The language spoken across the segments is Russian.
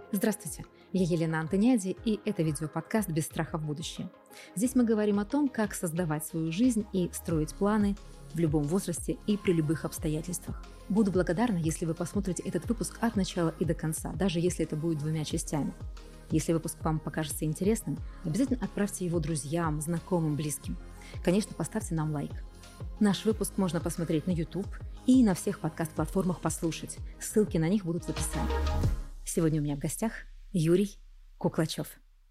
Здравствуйте, я Елена Антониади, и это видеоподкаст «Без страха в будущее». Здесь мы говорим о том, как создавать свою жизнь и строить планы в любом возрасте и при любых обстоятельствах. Буду благодарна, если вы посмотрите этот выпуск от начала и до конца, даже если это будет 2 частями. Если выпуск вам покажется интересным, обязательно отправьте его друзьям, знакомым, близким. Конечно, поставьте нам лайк. Наш выпуск можно посмотреть на YouTube и на всех подкаст-платформах послушать. Ссылки на них будут в описании. Сегодня у меня в гостях Юрий Куклачев.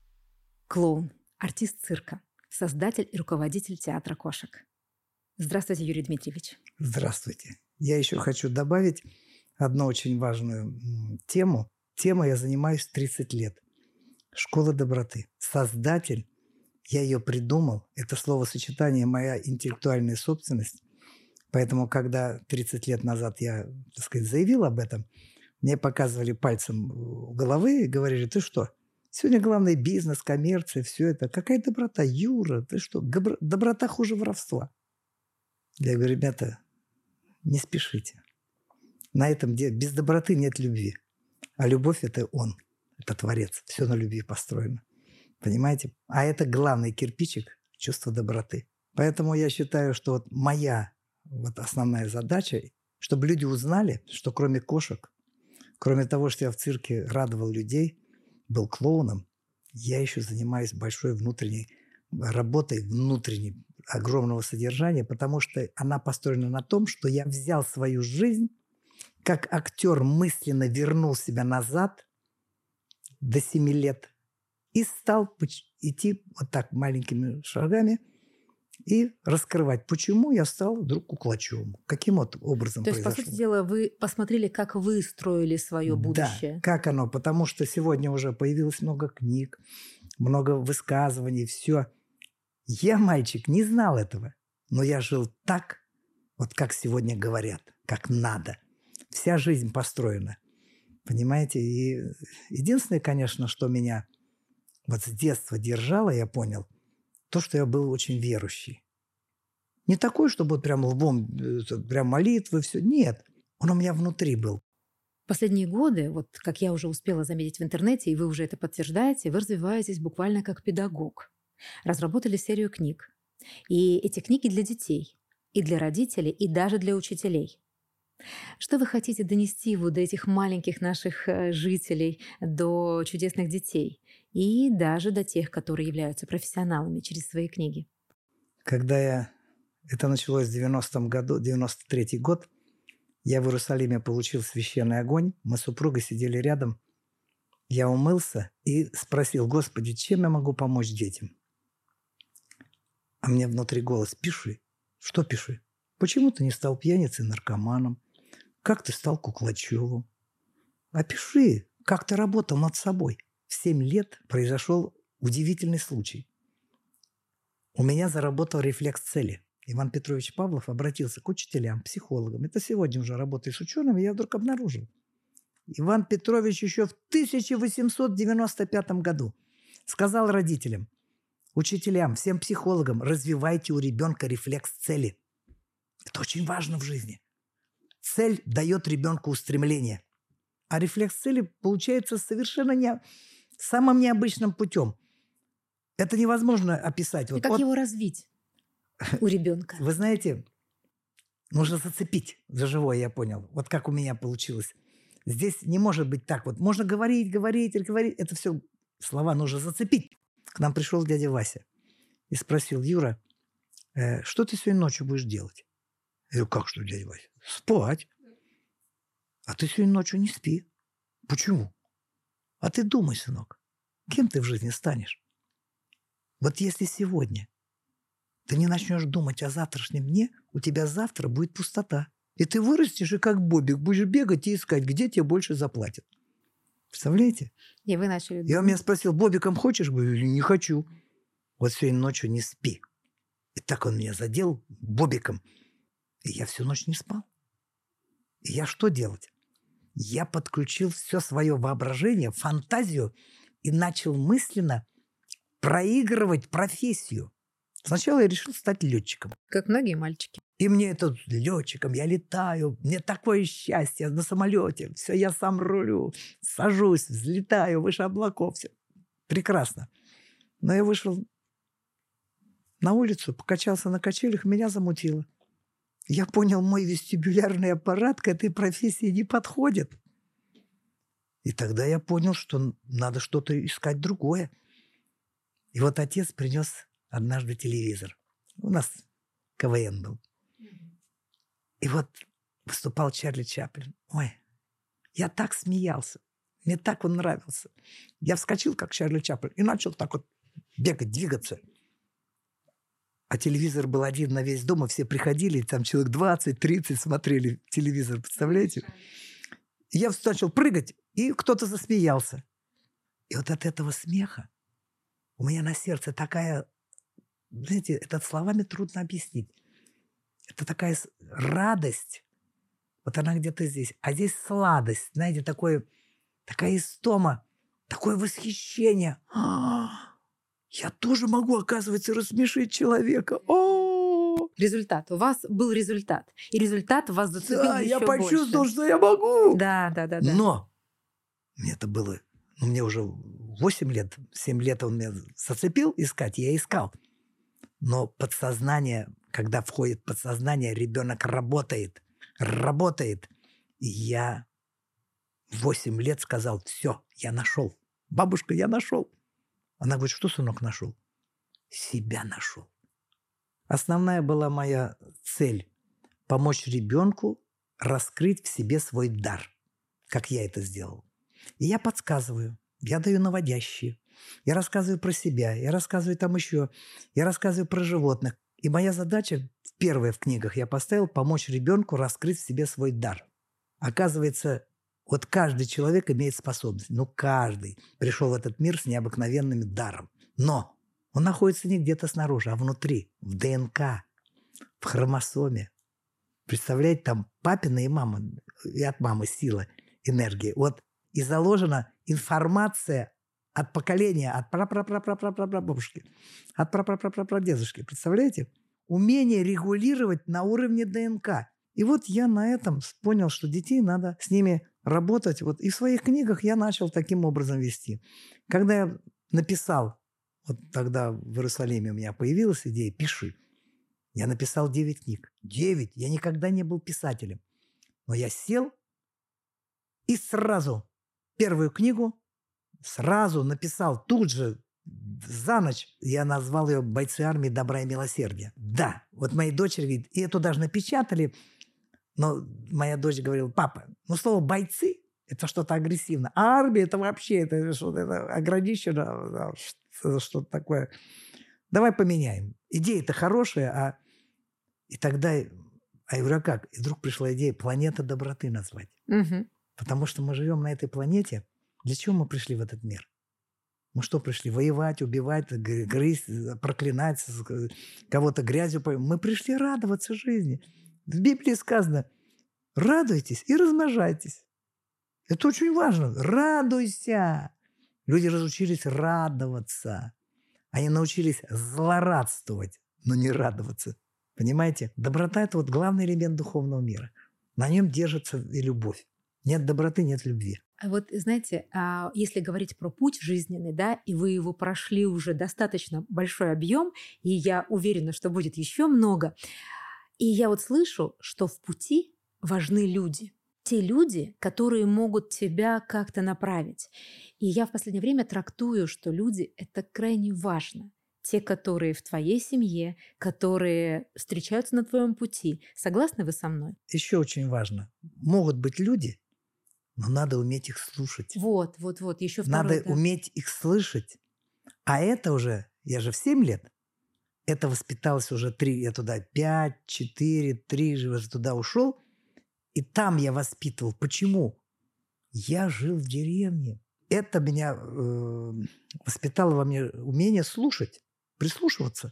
Клоун, артист цирка, создатель и руководитель театра кошек. Здравствуйте, Юрий Дмитриевич. Здравствуйте. Я еще хочу добавить одну очень важную тему. Темой я занимаюсь 30 лет. Школа доброты. Создатель. Я ее придумал. Это словосочетание моя интеллектуальная собственность. Поэтому, когда 30 лет назад я, заявил об этом, мне показывали пальцем у головы и говорили: ты что, сегодня главный бизнес, коммерция, все это. Какая доброта, Юра, ты что, доброта хуже воровства. Я говорю: ребята, не спешите. На этом деле без доброты нет любви. А любовь – это он, это Творец. Все на любви построено. Понимаете? А это главный кирпичик – чувство доброты. Поэтому я считаю, что моя основная задача, чтобы люди узнали, что кроме кошек, кроме того, что я в цирке радовал людей, был клоуном, я еще занимаюсь большой внутренней работой, внутренней, огромного содержания, потому что она построена на том, что я взял свою жизнь, как актер мысленно вернул себя назад до 7 лет и стал идти вот так маленькими шагами и раскрывать, почему я стал вдруг Куклачевым. Каким вот образом То есть, произошло. по сути дела, вы посмотрели, как вы строили свое будущее. Да, как оно, потому что сегодня уже появилось много книг, много высказываний, все. Я, мальчик, не знал этого, но я жил так, вот как сегодня говорят, как надо. Вся жизнь построена, понимаете? И единственное, конечно, что меня вот с детства держало, я понял, то, что я был очень верующий. Не такой, чтобы вот прям лбом, прям молитвы, все. Нет, он у меня внутри был. Последние годы, вот как я уже успела заметить в интернете, и вы уже это подтверждаете, вы развиваетесь буквально как педагог. Разработали серию книг. И эти книги для детей, и для родителей, и даже для учителей. Что вы хотите донести вот до этих маленьких наших жителей, до чудесных детей и даже до тех, которые являются профессионалами через свои книги? Когда это началось в 90-м году, 93-й год, я в Иерусалиме получил священный огонь, мы с супругой сидели рядом, я умылся и спросил: Господи, чем я могу помочь детям? А мне внутри голос: пиши. Что пиши? Почему ты не стал пьяницей, наркоманом? Как ты стал Куклачевым? Опиши, как ты работал над собой. В 7 лет произошел удивительный случай. У меня заработал рефлекс цели. Иван Петрович Павлов обратился к учителям, психологам. Это сегодня уже работая с учеными, я вдруг обнаружил. Иван Петрович еще в 1895 году сказал родителям, учителям, всем психологам: развивайте у ребенка рефлекс цели. Это очень важно в жизни. Цель дает ребенку устремление. А рефлекс цели получается совершенно самым необычным путем. Это невозможно описать. И как его развить у ребенка? Вы знаете, нужно зацепить за живое, я понял. Вот как у меня получилось. Здесь не может быть так вот. Можно говорить. Это все слова нужно зацепить. К нам пришел дядя Вася и спросил: Юра, что ты сегодня ночью будешь делать? Я говорю: как что, дядя Вася? Спать. А ты сегодня ночью не спи. Почему? А ты думай, сынок, кем ты в жизни станешь? Вот если сегодня ты не начнешь думать о завтрашнем дне, у тебя завтра будет пустота. И ты вырастешь и как Бобик будешь бегать и искать, где тебе больше заплатят. Представляете? И вы начали думать. И он меня спросил: Бобиком хочешь? Говорю: не хочу. Вот сегодня ночью не спи. И так он меня задел Бобиком. И я всю ночь не спал. И я что делать? Я подключил все свое воображение, фантазию и начал мысленно проигрывать профессию. Сначала я решил стать летчиком. Как многие мальчики. И мне это летчиком, я летаю, мне такое счастье на самолете. Все, я сам рулю, сажусь, взлетаю выше облаков. Все прекрасно. Но я вышел на улицу, покачался на качелях, меня замутило. Я понял, мой вестибулярный аппарат к этой профессии не подходит. И тогда я понял, что надо что-то искать другое. И вот отец принес однажды телевизор. У нас КВН был. И вот выступал Чарли Чаплин. Ой, я так смеялся. Мне так он нравился. Я вскочил, как Чарли Чаплин, и начал так вот бегать, двигаться. А телевизор был один на весь дом, и все приходили, и там человек 20-30 смотрели телевизор, представляете? И я начал прыгать, и кто-то засмеялся. И вот от этого смеха у меня на сердце такая, знаете, это словами трудно объяснить. Это такая радость, вот она где-то здесь, а здесь сладость, знаете, такая истома, такое восхищение. Я тоже могу, оказывается, рассмешить человека. Результат. У вас был результат. И результат вас зацепил Да, еще я почувствовал, больше. что я могу. Да. Но это было, мне уже 8 лет, 7 лет он меня зацепил искать, я искал. Но подсознание, когда входит подсознание, ребенок работает. И я 8 лет сказал, все, я нашел. Бабушка, я нашел. Она говорит, что, сынок, нашел? Себя нашел. Основная была моя цель – помочь ребенку раскрыть в себе свой дар, как я это сделал. И я подсказываю, я даю наводящие, я рассказываю про себя, я рассказываю там еще, я рассказываю про животных. И моя задача, первая в книгах я поставил, помочь ребенку раскрыть в себе свой дар. Оказывается, вот каждый человек имеет способность. Каждый пришел в этот мир с необыкновенным даром. Но он находится не где-то снаружи, а внутри, в ДНК, в хромосоме. Представляете, там папина и мама, и от мамы сила, энергия. Вот и заложена информация от поколения, от прапрапрапрапрапрабабушки, от прапрапрапрапрадедушки. Представляете? Умение регулировать на уровне ДНК. И вот я на этом понял, что детей надо с ними работать. Вот и в своих книгах я начал таким образом вести. Когда я написал, вот тогда в Иерусалиме у меня появилась идея «Пиши». Я написал 9 книг. 9. Я никогда не был писателем. Но я сел и сразу первую книгу сразу написал тут же, за ночь. Я назвал ее «Бойцы армии добра и милосердия». Да, вот моей дочери говорит, и эту даже напечатали, но моя дочь говорила, папа, слово «бойцы» – это что-то агрессивное, а армия – это вообще это что-то ограничено, что-то такое. Давай поменяем. Идея-то хорошая, и тогда, я говорю, а как? И вдруг пришла идея «Планета доброты» назвать. Угу. Потому что мы живем на этой планете. Для чего мы пришли в этот мир? Мы что пришли? Воевать, убивать, грызть, проклинать, кого-то грязью. Мы пришли радоваться жизни. В Библии сказано, радуйтесь и размножайтесь. Это очень важно. Радуйся. Люди разучились радоваться. Они научились злорадствовать, но не радоваться. Понимаете? Доброта – это вот главный элемент духовного мира. На нем держится и любовь. Нет доброты – нет любви. А вот, знаете, если говорить про путь жизненный, да, и вы его прошли уже достаточно большой объем, и я уверена, что будет еще много, и я вот слышу, что в пути важны люди. Те люди, которые могут тебя как-то направить. И я в последнее время трактую, что люди – это крайне важно. Те, которые в твоей семье, которые встречаются на твоем пути. Согласны вы со мной? Еще очень важно. Могут быть люди, но надо уметь их слушать. Вот. Еще второе. Надо уметь их слышать. А это уже, я же в 7 лет, это воспиталось уже 3, я туда 5, 4, 3 же туда ушел. И там я воспитывал. Почему? Я жил в деревне. Это меня воспитало во мне умение слушать, прислушиваться.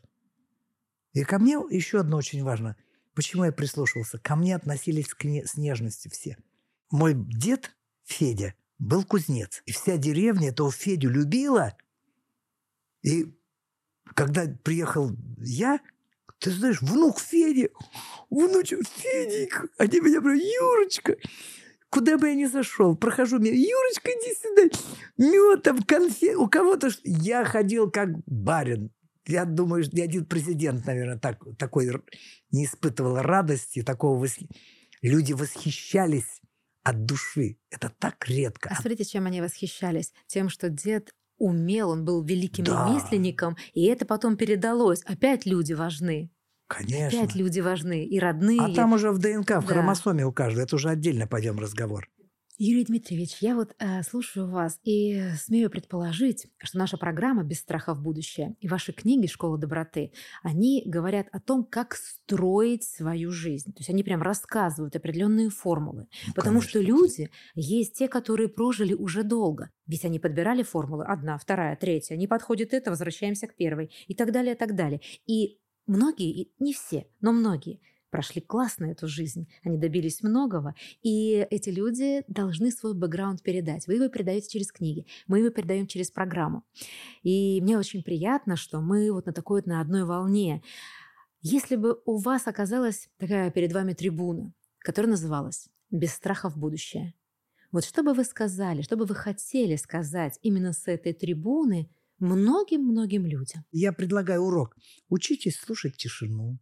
И ко мне еще одно очень важно. Почему я прислушивался? Ко мне относились с нежностью все. Мой дед Федя был кузнец. И вся деревня этого Федю любила. И когда приехал я, Ты знаешь, внук Феди, внучек Феденька, они меня прям, Юрочка. Куда бы я ни зашел, прохожу мимо, Юрочка, иди сюда, мед, там, конфет, у кого-то... Я ходил как барин. Я думаю, ни один президент, наверное, такой не испытывал радости, такого люди восхищались от души. Это так редко. А смотрите, чем они восхищались? Тем, что дед умел, он был великим Да. ремесленником, и это потом передалось. Опять люди важны. Конечно. Опять люди важны, и родные. А там уже в ДНК, в Да. хромосоме у каждого. Это уже отдельно пойдем разговор. Юрий Дмитриевич, я вот слушаю вас и смею предположить, что наша программа «Без страха в будущее» и ваши книги «Школа доброты», они говорят о том, как строить свою жизнь. То есть они прям рассказывают определенные формулы. Потому конечно. что люди есть те, которые прожили уже долго. Ведь они подбирали формулы. 1, 2, 3. Не подходит это, возвращаемся к 1. И так далее, и так далее. И многие, и не все, но многие прошли классно эту жизнь, они добились многого, и эти люди должны свой бэкграунд передать. Вы его передаете через книги, мы его передаем через программу. И мне очень приятно, что мы вот на одной волне. Если бы у вас оказалась такая перед вами трибуна, которая называлась «Без страха в будущее», вот что бы вы сказали, что бы вы хотели сказать именно с этой трибуны многим-многим людям? Я предлагаю урок. Учитесь слушать тишину.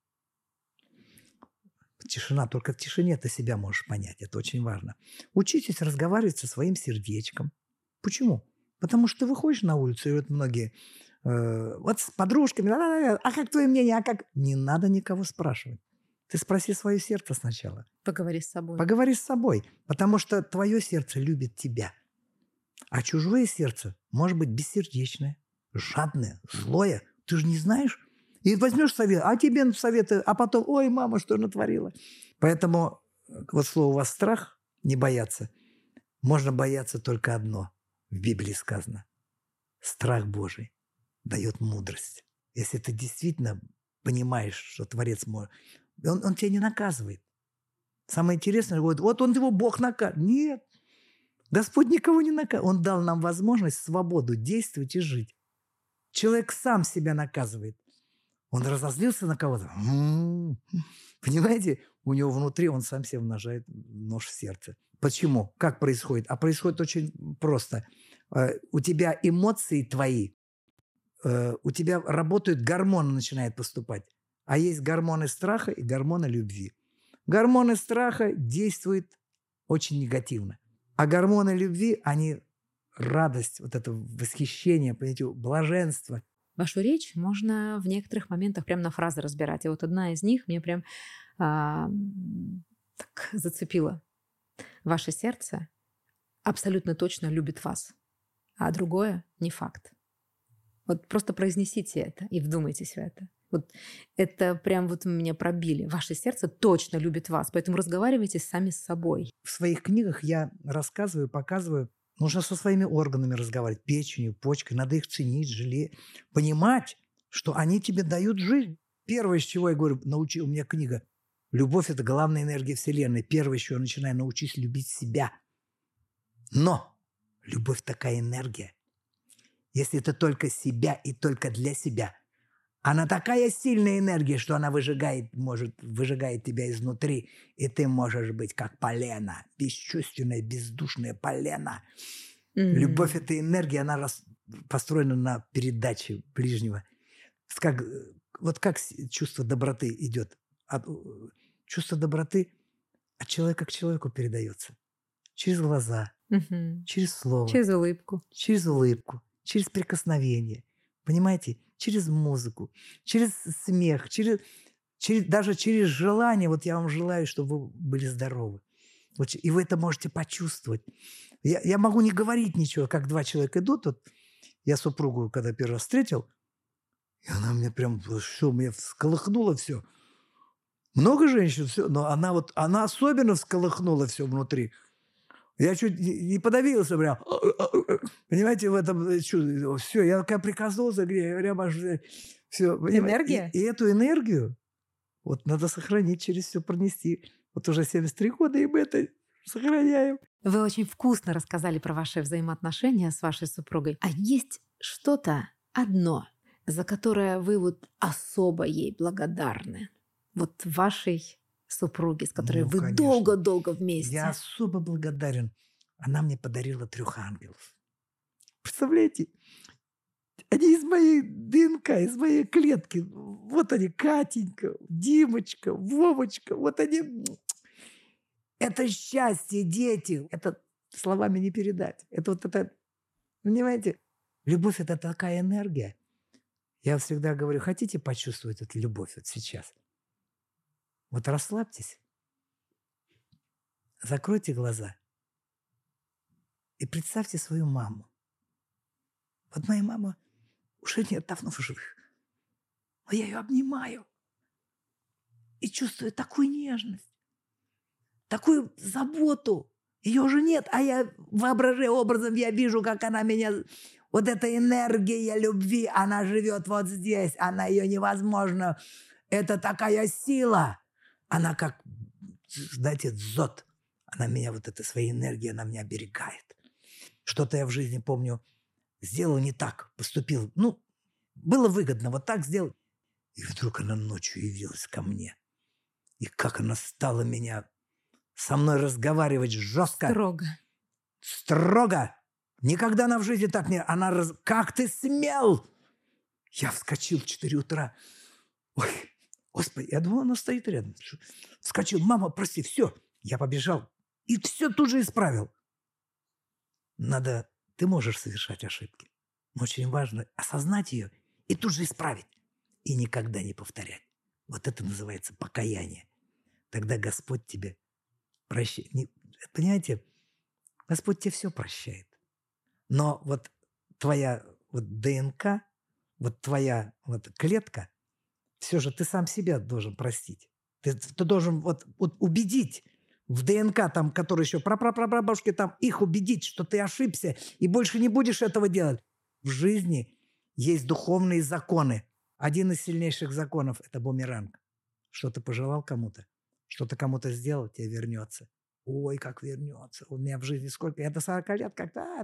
Тишина, только в тишине ты себя можешь понять, это очень важно. Учитесь разговаривать со своим сердечком. Почему? Потому что ты выходишь на улицу, и вот многие, вот с подружками, а как твое мнение, а как... Не надо никого спрашивать. Ты спроси свое сердце сначала. Поговори с собой. Поговори с собой, потому что твое сердце любит тебя. А чужое сердце может быть бессердечное, жадное, злое. Ты же не знаешь. И возьмешь совет, а тебе советы, а потом, ой, мама, что натворила. Поэтому вот слово у вас страх, не бояться. Можно бояться только одно. В Библии сказано. Страх Божий дает мудрость. Если ты действительно понимаешь, что Творец может, он тебя не наказывает. Самое интересное, вот он его Бог наказывает. Нет. Господь никого не наказывает. Он дал нам возможность, свободу действовать и жить. Человек сам себя наказывает. Он разозлился на кого-то. Понимаете, у него внутри он сам себе умножает нож в сердце. Почему? Как происходит? А происходит очень просто. У тебя эмоции твои, у тебя работают гормоны, начинают поступать. А есть гормоны страха и гормоны любви. Гормоны страха действуют очень негативно. А гормоны любви, они радость, вот это восхищение, понимаете, блаженство. Вашу речь можно в некоторых моментах прям на фразы разбирать. И вот одна из них мне прям так зацепила. Ваше сердце абсолютно точно любит вас, а другое не факт. Вот просто произнесите это и вдумайтесь в это. Вот это прям вот меня пробили. Ваше сердце точно любит вас, поэтому разговаривайте сами с собой. В своих книгах я рассказываю, показываю. Нужно со своими органами разговаривать, печенью, почкой. Надо их ценить, жалеть, понимать, что они тебе дают жизнь. Первое, с чего я говорю, у меня книга «Любовь – это главная энергия Вселенной». Первое, с чего я начинаю, научись любить себя. Но любовь – такая энергия. Если это только себя и только для себя, она такая сильная энергия, что она выжигает тебя изнутри, и ты можешь быть как полено, бесчувственное, бездушное полено. Любовь – это энергия, она построена на передаче ближнего. Вот как чувство доброты идет. Чувство доброты от человека к человеку передается. Через глаза, через слово. Через улыбку. Через прикосновение. Понимаете? Через музыку, через смех, даже через желание. Вот я вам желаю, чтобы вы были здоровы. Вот, и вы это можете почувствовать. Я могу не говорить ничего, как два человека идут. Вот я супругу, когда первый раз встретил, и она мне прям все, меня всколыхнуло все. Много женщин, все, но она особенно всколыхнула все внутри. Я чуть не подавился прям. Понимаете, в этом чувстве. Все, я как прикоснулся, прям аж все. Энергия? И эту энергию вот надо сохранить, через все пронести. Вот уже 73 года, и мы это сохраняем. Вы очень вкусно рассказали про ваши взаимоотношения с вашей супругой. А есть что-то одно, за которое вы вот особо ей благодарны? Вот вашей супруге, с которой вы конечно. долго-долго Я вместе. особо благодарен. Она мне подарила 3 ангелов. Представляете? Они из моей ДНК, из моей клетки. Вот они, Катенька, Димочка, Вовочка. Вот они. Это счастье, дети. Это словами не передать. Это вот это, понимаете? Любовь – это такая энергия. Я всегда говорю, хотите почувствовать эту любовь вот сейчас? Вот расслабьтесь, закройте глаза и представьте свою маму. Вот моя мама уже нет давно в живых. Но я ее обнимаю и чувствую такую нежность, такую заботу. Ее уже нет, а я воображаю образом, я вижу, как она меня... Вот эта энергия любви, она живет вот здесь, она ее невозможно. Это такая сила. Она как, знаете, дзот. Она меня, вот этой своей энергией, она меня оберегает. Что-то я в жизни помню, сделал не так, поступил. Ну, было выгодно вот так сделать. И вдруг она ночью явилась ко мне. И как она стала меня со мной разговаривать жестко. Строго. Никогда она в жизни так не... Как ты смел? Я вскочил в 4 утра. Ой, Господи, я думал, она стоит рядом. Вскочил, мама, прости, все. Я побежал и все тут же исправил. Ты можешь совершать ошибки. Но очень важно осознать ее и тут же исправить. И никогда не повторять. Вот это называется покаяние. Тогда Господь тебе прощает. Понимаете, Господь тебе все прощает. Но вот твоя вот ДНК, вот твоя вот клетка, все же ты сам себя должен простить. Ты должен вот убедить в ДНК, там, которые еще прапрапрабабушки, там, их убедить, что ты ошибся и больше не будешь этого делать. В жизни есть духовные законы. Один из сильнейших законов – это бумеранг. Что ты пожелал кому-то, что ты кому-то сделал, тебе вернется. Ой, как вернется. У меня в жизни сколько? Я до 40 лет как-то...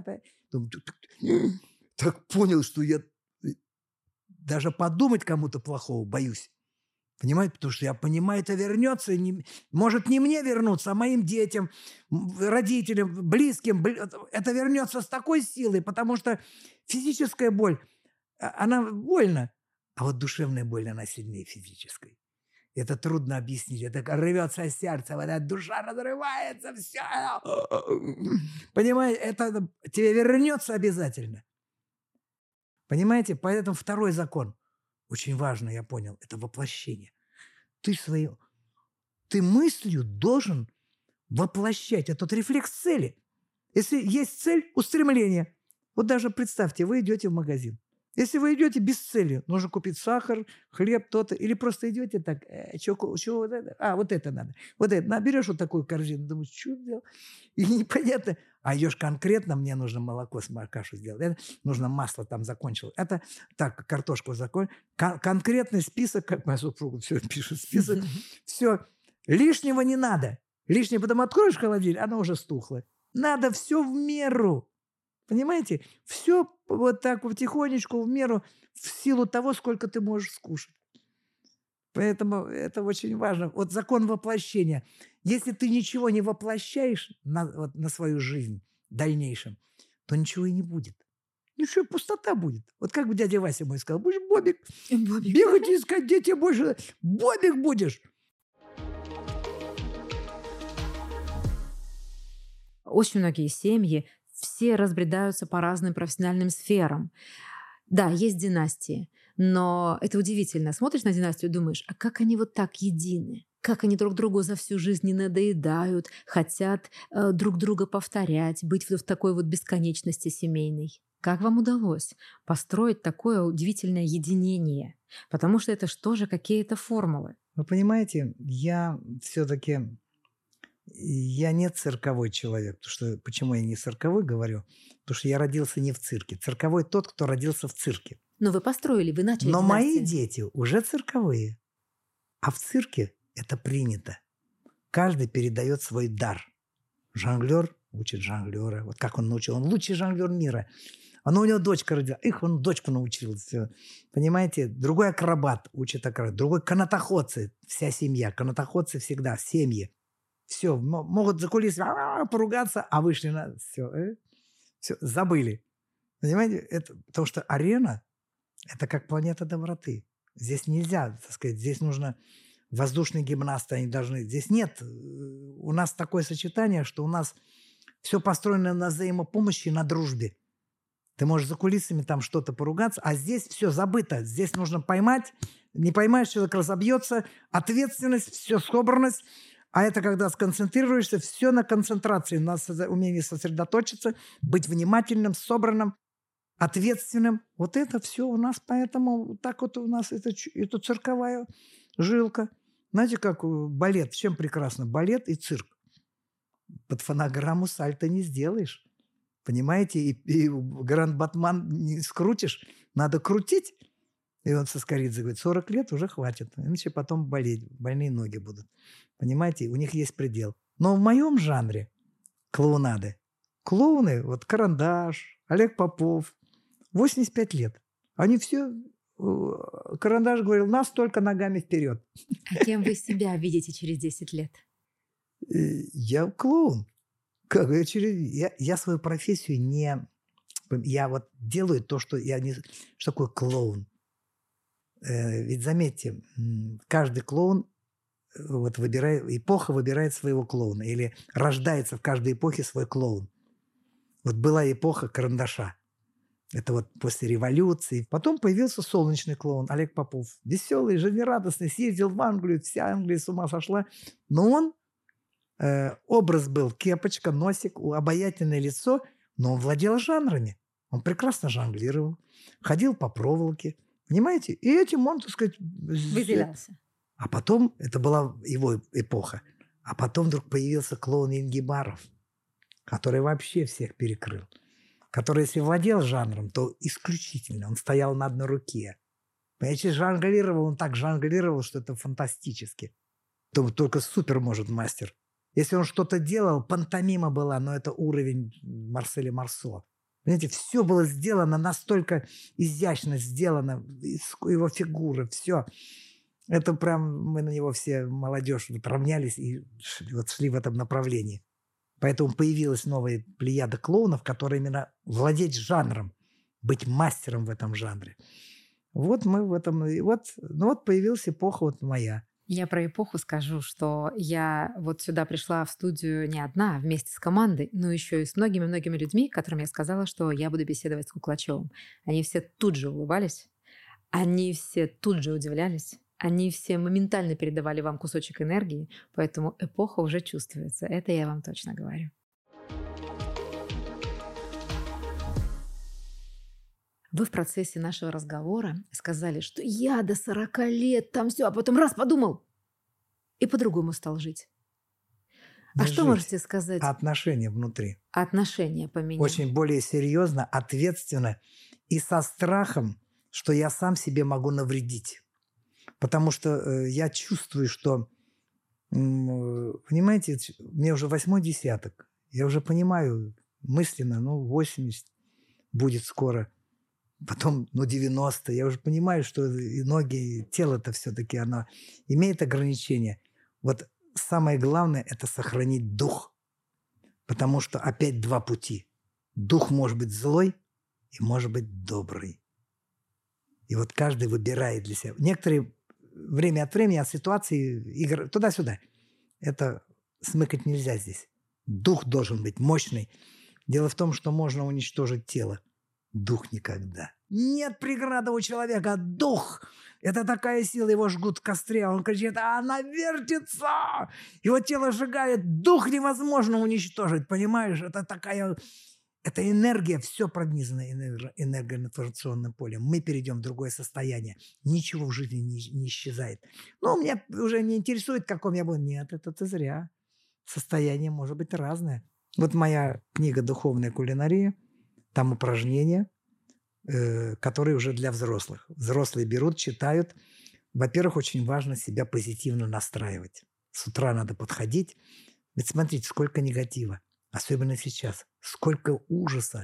Так понял, что я даже подумать кому-то плохого боюсь. Понимаете? Потому что я понимаю, это вернется. Может не мне вернуться, а моим детям, родителям, близким. Это вернется с такой силой, потому что физическая боль, она больно. А вот душевная боль, она сильнее физической. Это трудно объяснить. Это рвется сердце, вот эта душа разрывается, все. Понимаете, это тебе вернется обязательно. Понимаете? Поэтому второй закон, очень важно, я понял, это воплощение. Ты мыслью должен воплощать этот рефлекс цели. Если есть цель, устремление. Вот даже представьте, вы идете в магазин. Если вы идете без цели, нужно купить сахар, хлеб, то-то, или просто идете так, что вот это? Вот это надо. Вот это. Берешь вот такую корзину, думаешь, что делать? И непонятно. А идешь конкретно, мне нужно молоко с кашу сделать. Это нужно масло там закончил. Это так, картошку закончил. Конкретный список, как моя супруга все пишет, список. Все. Лишнего не надо. Лишнее потом откроешь холодильник, оно уже стухло. Надо все в меру. Понимаете? Все вот так потихонечку, в меру, в силу того, сколько ты можешь скушать. Поэтому это очень важно. Вот закон воплощения. Если ты ничего не воплощаешь на свою жизнь в дальнейшем, то ничего и не будет. Ничего, пустота будет. Вот как бы дядя Вася мой сказал, будешь Бобик. Бегать и искать, где тебе больше... Бобик будешь. Очень многие семьи, все разбредаются по разным профессиональным сферам. Да, есть династии, но это удивительно. Смотришь на династию и думаешь, а как они вот так едины? Как они друг другу за всю жизнь не надоедают, хотят друг друга повторять, быть в такой вот бесконечности семейной. Как вам удалось построить такое удивительное единение? Потому что это что же какие-то формулы. Вы понимаете, я не цирковой человек. Почему я не цирковой говорю? Потому что я родился не в цирке. Цирковой тот, кто родился в цирке. Но вы построили, вы начали Но династию. мои дети уже цирковые. А в цирке это принято. Каждый передает свой дар. Жонглер учит жонглера. Вот как он научил. Он лучший жонглер мира. Но у него дочка родила. Он дочку научил. Все. Понимаете? Другой акробат учит акробат. Другой канатоходцы. Вся семья. Канатоходцы всегда в семье. Все. Могут за кулисами поругаться, а вышли на... Все. Забыли. Понимаете? Это, потому что арена – это как планета доброты. Здесь нельзя, так сказать, здесь нужно... Воздушные гимнасты, они должны... Здесь нет. У нас такое сочетание, что у нас все построено на взаимопомощи и на дружбе. Ты можешь за кулисами там что-то поругаться, а здесь все забыто. Здесь нужно поймать. Не поймаешь, человек разобьется. Ответственность, все, собранность. А это когда сконцентрируешься, все на концентрации, на умении сосредоточиться, быть внимательным, собранным, ответственным. Вот это все у нас, поэтому так вот у нас это цирковая жилка. Знаете, как балет, чем прекрасно? Балет и цирк. Под фонограмму сальто не сделаешь. Понимаете? И гранд-батман не скрутишь. Надо крутить. И он Соскоридзе говорит, 40 лет уже хватит. Иначе потом болеть. Больные ноги будут. Понимаете? У них есть предел. Но в моем жанре клоунады. Клоуны, вот Карандаш, Олег Попов, 85 лет. Они все... Карандаш говорил, нас только ногами вперед. А кем вы себя видите через 10 лет? Я клоун. Как? Я свою профессию не... Я вот делаю то, что я не... Что такое клоун? Ведь заметьте, каждый клоун вот выбирает... Эпоха выбирает своего клоуна. Или рождается в каждой эпохе свой клоун. Вот была эпоха Карандаша. Это вот после революции. Потом появился солнечный клоун Олег Попов. Веселый, жизнерадостный, съездил в Англию, вся Англия с ума сошла. Но он, образ был кепочка, носик, обаятельное лицо, но он владел жанрами. Он прекрасно жонглировал, ходил по проволоке. Понимаете? И этим он, так сказать... Выделялся. А потом, это была его эпоха, а потом вдруг появился клоун Ингибаров, который вообще всех перекрыл. Который, если владел жанром, то исключительно. Он стоял на одной руке. Понимаете, жонглировал, он так жонглировал, что это фантастически. Только супер может мастер. Если он что-то делал, пантомима была, но это уровень Марселя Марсо. Понимаете, все было сделано настолько изящно сделано, его фигура, все. Это прям мы на него все, молодежь, вот равнялись и вот шли в этом направлении. Поэтому появилась новая плеяда клоунов, которые именно владеть жанром, быть мастером в этом жанре. Вот мы в этом... Вот появилась эпоха вот моя. Я про эпоху скажу, что я вот сюда пришла в студию не одна, а вместе с командой, но еще и с многими-многими людьми, которым я сказала, что я буду беседовать с Куклачевым. Они все тут же улыбались, они все тут же удивлялись. Они все моментально передавали вам кусочек энергии, поэтому эпоха уже чувствуется. Это я вам точно говорю. Вы в процессе нашего разговора сказали, что я до 40 лет там все, а потом раз подумал и по-другому стал жить. А что можете сказать? Отношения внутри. Отношения поменял. Очень более серьезно, ответственно и со страхом, что я сам себе могу навредить. Потому что я чувствую, что, понимаете, мне уже 8-й десяток. Я уже понимаю мысленно, 80 будет скоро. Потом, 90. Я уже понимаю, что и ноги, и тело-то все-таки оно имеет ограничения. Вот самое главное – это сохранить дух. Потому что опять два пути. Дух может быть злой и может быть добрый. И вот каждый выбирает для себя. Некоторые время от времени от ситуации игр туда-сюда. Это смыкать нельзя здесь. Дух должен быть мощный. Дело в том, что можно уничтожить тело. Дух никогда. Нет преграды у человека. Дух. Это такая сила. Его жгут в костре. Он кричит, а она вертится. Его тело сжигает. Дух невозможно уничтожить. Понимаешь? Это такая... Это энергия, все пронизано энергоинформационным полем. Мы перейдем в другое состояние. Ничего в жизни не исчезает. Но меня уже не интересует, каком я буду. Нет, это ты зря. Состояние может быть разное. Вот моя книга «Духовная кулинария». Там упражнения, которые уже для взрослых. Взрослые берут, читают. Во-первых, очень важно себя позитивно настраивать. С утра надо подходить. Ведь смотрите, сколько негатива. Особенно сейчас. Сколько ужаса.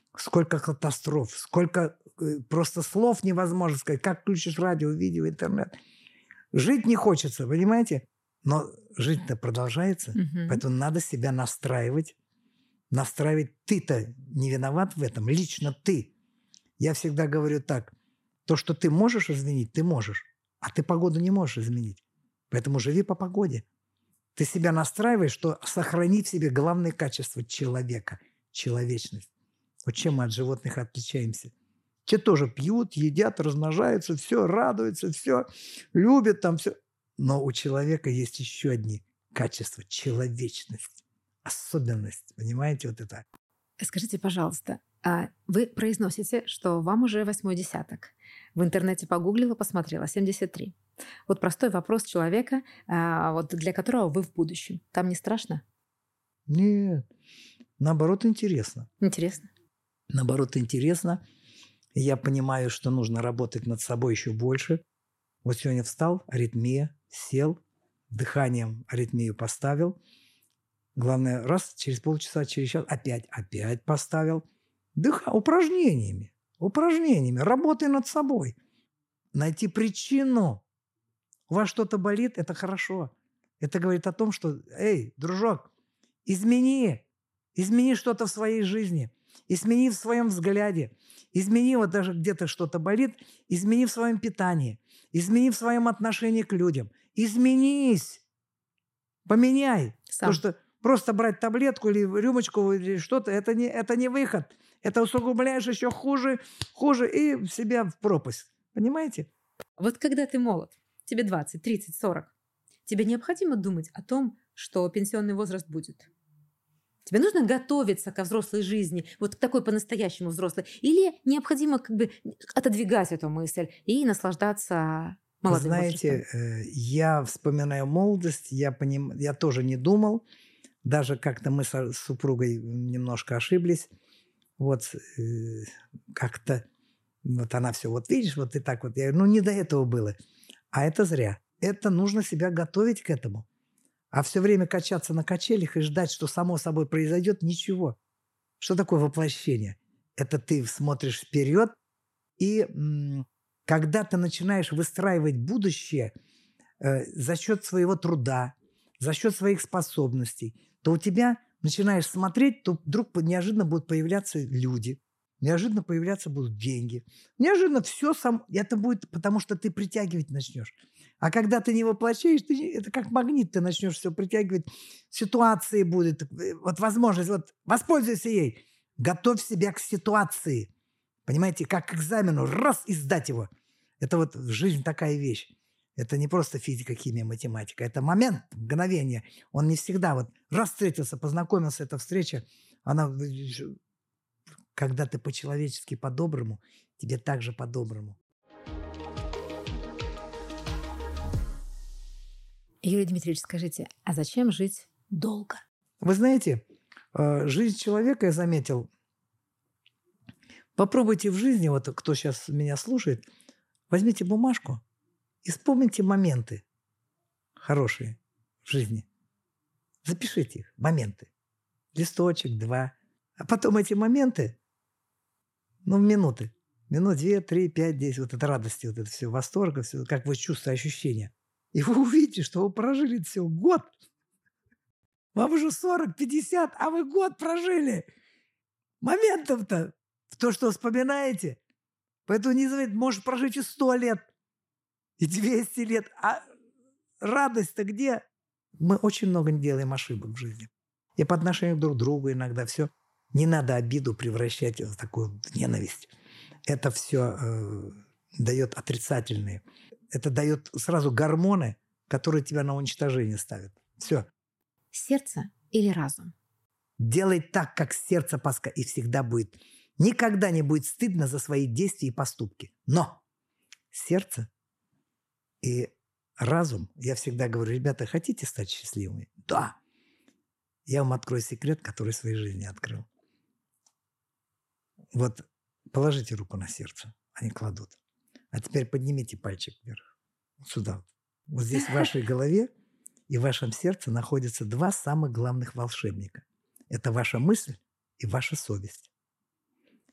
сколько катастроф, сколько просто слов невозможно сказать, как включишь радио, видео, интернет. Жить не хочется, понимаете? Но жизнь-то продолжается, поэтому надо себя настраивать. Настраивать. Ты-то не виноват в этом, лично ты. Я всегда говорю так, то, что ты можешь изменить, ты можешь, а ты погоду не можешь изменить. Поэтому живи по погоде. Ты себя настраиваешь, что сохрани в себе главное качество человека – человечность. Вот чем мы от животных отличаемся? Те тоже пьют, едят, размножаются, все, радуются, все, любят там все. Но у человека есть еще одни качества – человечность, особенность. Понимаете, вот это? Скажите, пожалуйста, вы произносите, что вам уже 8-й десяток. В интернете погуглила, посмотрела, 73. Вот простой вопрос человека, вот для которого вы в будущем. Там не страшно? Нет, наоборот, интересно. Интересно. Наоборот, интересно. Я понимаю, что нужно работать над собой еще больше. Вот сегодня встал, аритмия, сел, дыханием аритмию поставил. Главное, раз, через полчаса, через час опять поставил. Упражнениями, работай над собой. Найти причину. У вас что-то болит, это хорошо. Это говорит о том, что, эй, дружок, измени что-то в своей жизни, измени в своем взгляде, измени вот даже где-то что-то болит, измени в своем питании, измени в своем отношении к людям. Изменись, поменяй. Сам. Потому что просто брать таблетку или рюмочку или что-то, это не выход. Это усугубляешь еще хуже и себя в пропасть. Понимаете? Вот когда ты молод, тебе 20, 30, 40, тебе необходимо думать о том, что пенсионный возраст будет? Тебе нужно готовиться ко взрослой жизни, вот к такой по-настоящему взрослой? Или необходимо как бы отодвигать эту мысль и наслаждаться молодым Знаете, возрастом? я вспоминаю молодость, я тоже не думал. Даже как-то мы с супругой немножко ошиблись. Вот как-то вот она все, вот видишь, вот и так вот. Я говорю, не до этого было. А это зря. Это нужно себя готовить к этому. А все время качаться на качелях и ждать, что само собой произойдет, ничего. Что такое воплощение? Это ты смотришь вперед, и когда ты начинаешь выстраивать будущее за счет своего труда, за счет своих способностей, то у тебя начинаешь смотреть, то вдруг неожиданно будут появляться люди, неожиданно появляться будут деньги, неожиданно все это будет, потому что ты притягивать начнешь. А когда ты не воплощаешь, это как магнит, ты начнешь все притягивать, ситуации будет, вот возможность, вот воспользуйся ей, готовь себя к ситуации, понимаете, как к экзамену, раз и сдать его. Это вот жизнь такая вещь. Это не просто физика, химия, математика. Это момент, мгновение. Он не всегда вот раз встретился, познакомился, эта встреча, она, когда ты по-человечески по-доброму, тебе также по-доброму. Юрий Дмитриевич, скажите, а зачем жить долго? Вы знаете, жизнь человека, я заметил, попробуйте в жизни, вот кто сейчас меня слушает, возьмите бумажку и вспомните моменты хорошие в жизни. Запишите их, моменты. Листочек, 2. А потом эти моменты, в минуты. Минут 2, 3, 5, 10. Вот это радости, вот это все, восторга, все, как вы чувствуете, ощущения. И вы увидите, что вы прожили все год. Вам уже 40, 50, а вы год прожили. Моментов-то, то, что вспоминаете. Поэтому не забывайте, может прожить и 100 лет, и 200 лет. А радость-то где? Мы очень много делаем ошибок в жизни. И по отношению друг к другу иногда все. Не надо обиду превращать в такую ненависть. Это все дает отрицательные. Это дает сразу гормоны, которые тебя на уничтожение ставят. Все. Сердце или разум? Делай так, как сердце подсказывает, и всегда будет. Никогда не будет стыдно за свои действия и поступки. Но сердце и разум, я всегда говорю, ребята, хотите стать счастливыми? Да. Я вам открою секрет, который в своей жизни открыл. Вот положите руку на сердце, они кладут. А теперь поднимите пальчик вверх. Вот сюда. Вот здесь в вашей голове и в вашем сердце находятся 2 самых главных волшебника. Это ваша мысль и ваша совесть.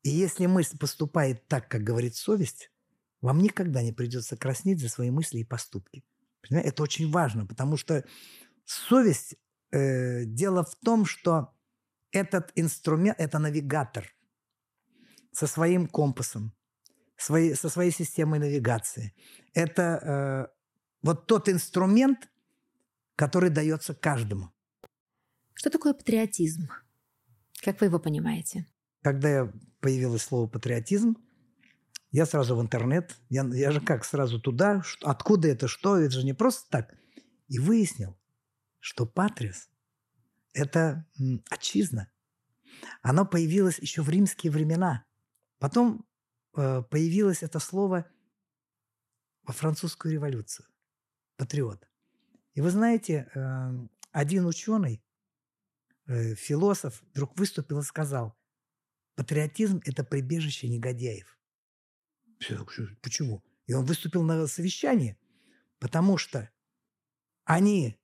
И если мысль поступает так, как говорит совесть, вам никогда не придется краснеть за свои мысли и поступки. Понимаете? Это очень важно, потому что совесть, дело в том, что этот инструмент – это навигатор со своим компасом, со своей системой навигации. Это вот тот инструмент, который дается каждому. Что такое патриотизм? Как вы его понимаете? Когда появилось слово «патриотизм», я сразу в интернет, я же как сразу туда, откуда это, что, это же не просто так. И выяснил, что патриос – это отчизна. Оно появилось еще в римские времена. Потом появилось это слово во французскую революцию – патриот. И вы знаете, один ученый, философ, вдруг выступил и сказал: патриотизм – это прибежище негодяев. Почему? И он выступил на совещании, потому что они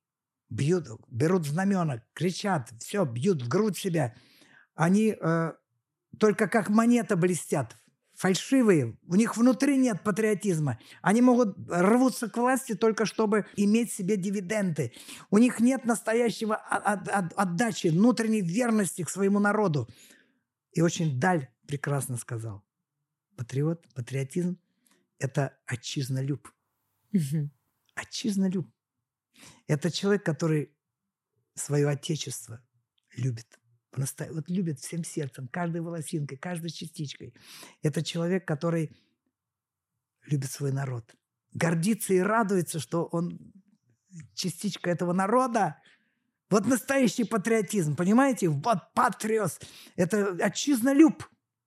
берут знамена, кричат, все, бьют в грудь себя. Они только как монета блестят, фальшивые. У них внутри нет патриотизма. Они могут рвутся к власти только чтобы иметь себе дивиденды. У них нет настоящего отдачи, внутренней верности к своему народу. И очень Даль прекрасно сказал: патриотизм – это отчизнолюб. Мгм. Отчизнолюб. Это человек, который свое отечество любит. Вот любит всем сердцем, каждой волосинкой, каждой частичкой. Это человек, который любит свой народ. Гордится и радуется, что он частичка этого народа. Вот настоящий патриотизм, понимаете? Вот патриос. Это отчизнолюб.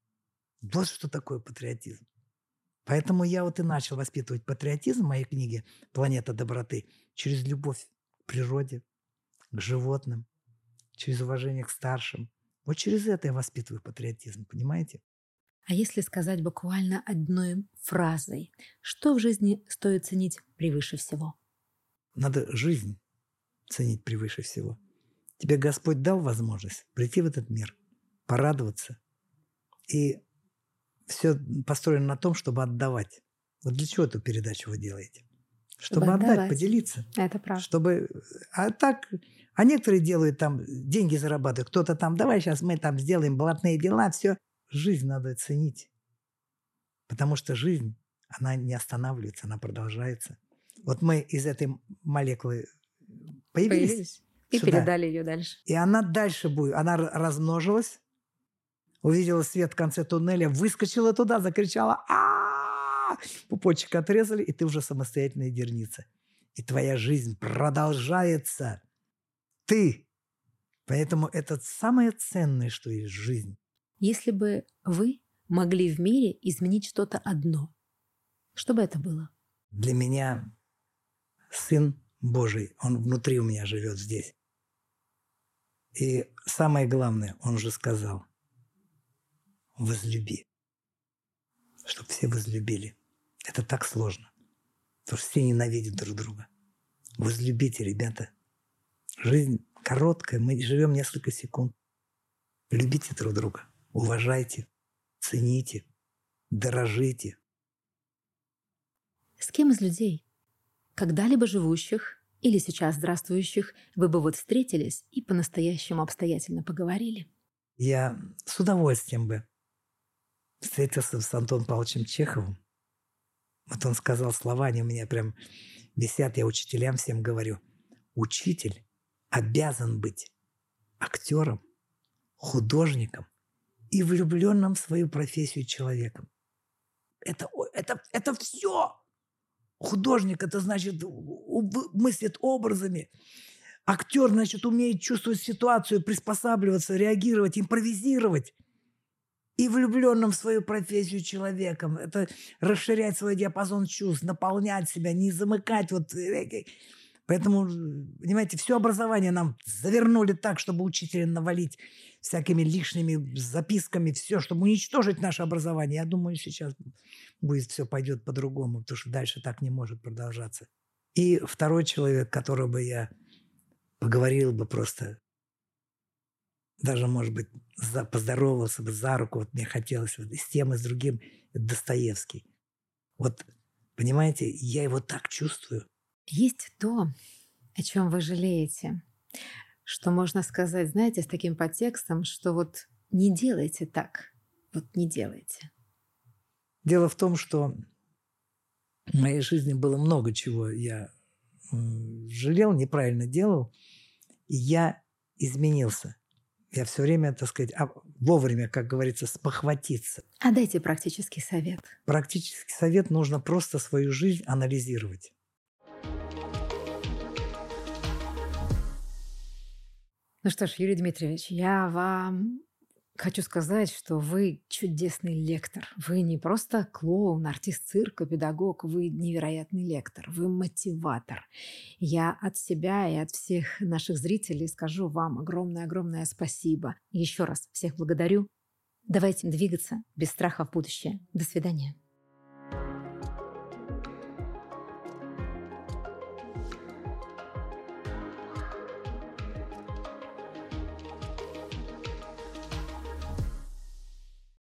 Вот что такое патриотизм. Поэтому я вот и начал воспитывать патриотизм в моей книге «Планета доброты» через любовь к природе, к животным, через уважение к старшим. Вот через это я воспитываю патриотизм, понимаете? А если сказать буквально одной фразой, что в жизни стоит ценить превыше всего? Надо жизнь ценить превыше всего. Тебе Господь дал возможность прийти в этот мир, порадоваться. И все построено на том, чтобы отдавать. Вот для чего эту передачу вы делаете? Чтобы отдать, отдавать. поделиться. Это правда. Чтобы... А так... А некоторые делают там, деньги зарабатывают. Кто-то там, давай сейчас мы там сделаем блатные дела, все. Жизнь надо ценить. Потому что жизнь, она не останавливается, она продолжается. Вот мы из этой молекулы появились И сюда. передали ее дальше. И она дальше будет. Она размножилась, увидела свет в конце туннеля, выскочила туда, закричала: «А-а-а!» Пупочек отрезали, и ты уже самостоятельная единица. И твоя жизнь продолжается. Ты. Поэтому это самое ценное, что есть жизнь. Если бы вы могли в мире изменить что-то одно, что бы это было? Для меня Сын Божий, Он внутри у меня живет здесь. И самое главное, Он же сказал: возлюби. Чтобы все возлюбили. Это так сложно. Потому что все ненавидят друг друга. Возлюбите, ребята. Жизнь короткая, мы живем несколько секунд. Любите друг друга, уважайте, цените, дорожите. С кем из людей, когда-либо живущих или сейчас здравствующих, вы бы вот встретились и по-настоящему обстоятельно поговорили? Я с удовольствием бы встретился с Антоном Павловичем Чеховым. Вот он сказал слова, они у меня прям висят, я учителям всем говорю: учитель обязан быть актером, художником и влюбленным в свою профессию человеком. Это все. Художник – это значит мыслит образами. Актер, значит, умеет чувствовать ситуацию, приспосабливаться, реагировать, импровизировать. И влюбленным в свою профессию человеком. Это расширять свой диапазон чувств, наполнять себя, не замыкать. Поэтому, понимаете, все образование нам завернули так, чтобы учителя навалить всякими лишними записками, все, чтобы уничтожить наше образование. Я думаю, сейчас все пойдет по-другому, потому что дальше так не может продолжаться. И второй человек, которого бы я поговорил бы просто даже, может быть, поздоровался бы за руку, вот мне хотелось вот и с тем, и с другим, это Достоевский. Вот, понимаете, я его так чувствую. Есть то, о чем вы жалеете, что можно сказать, знаете, с таким подтекстом, что вот не делайте так, вот не делайте. Дело в том, что в моей жизни было много чего я жалел, неправильно делал, и я изменился. Я все время, так сказать, вовремя, как говорится, спохватиться. А дайте практический совет. Практический совет: нужно просто свою жизнь анализировать. Ну что ж, Юрий Дмитриевич, я вам хочу сказать, что вы чудесный лектор. Вы не просто клоун, артист цирка, педагог, вы невероятный лектор, вы мотиватор. Я от себя и от всех наших зрителей скажу вам огромное-огромное спасибо. Еще раз всех благодарю. Давайте двигаться без страха в будущее. До свидания.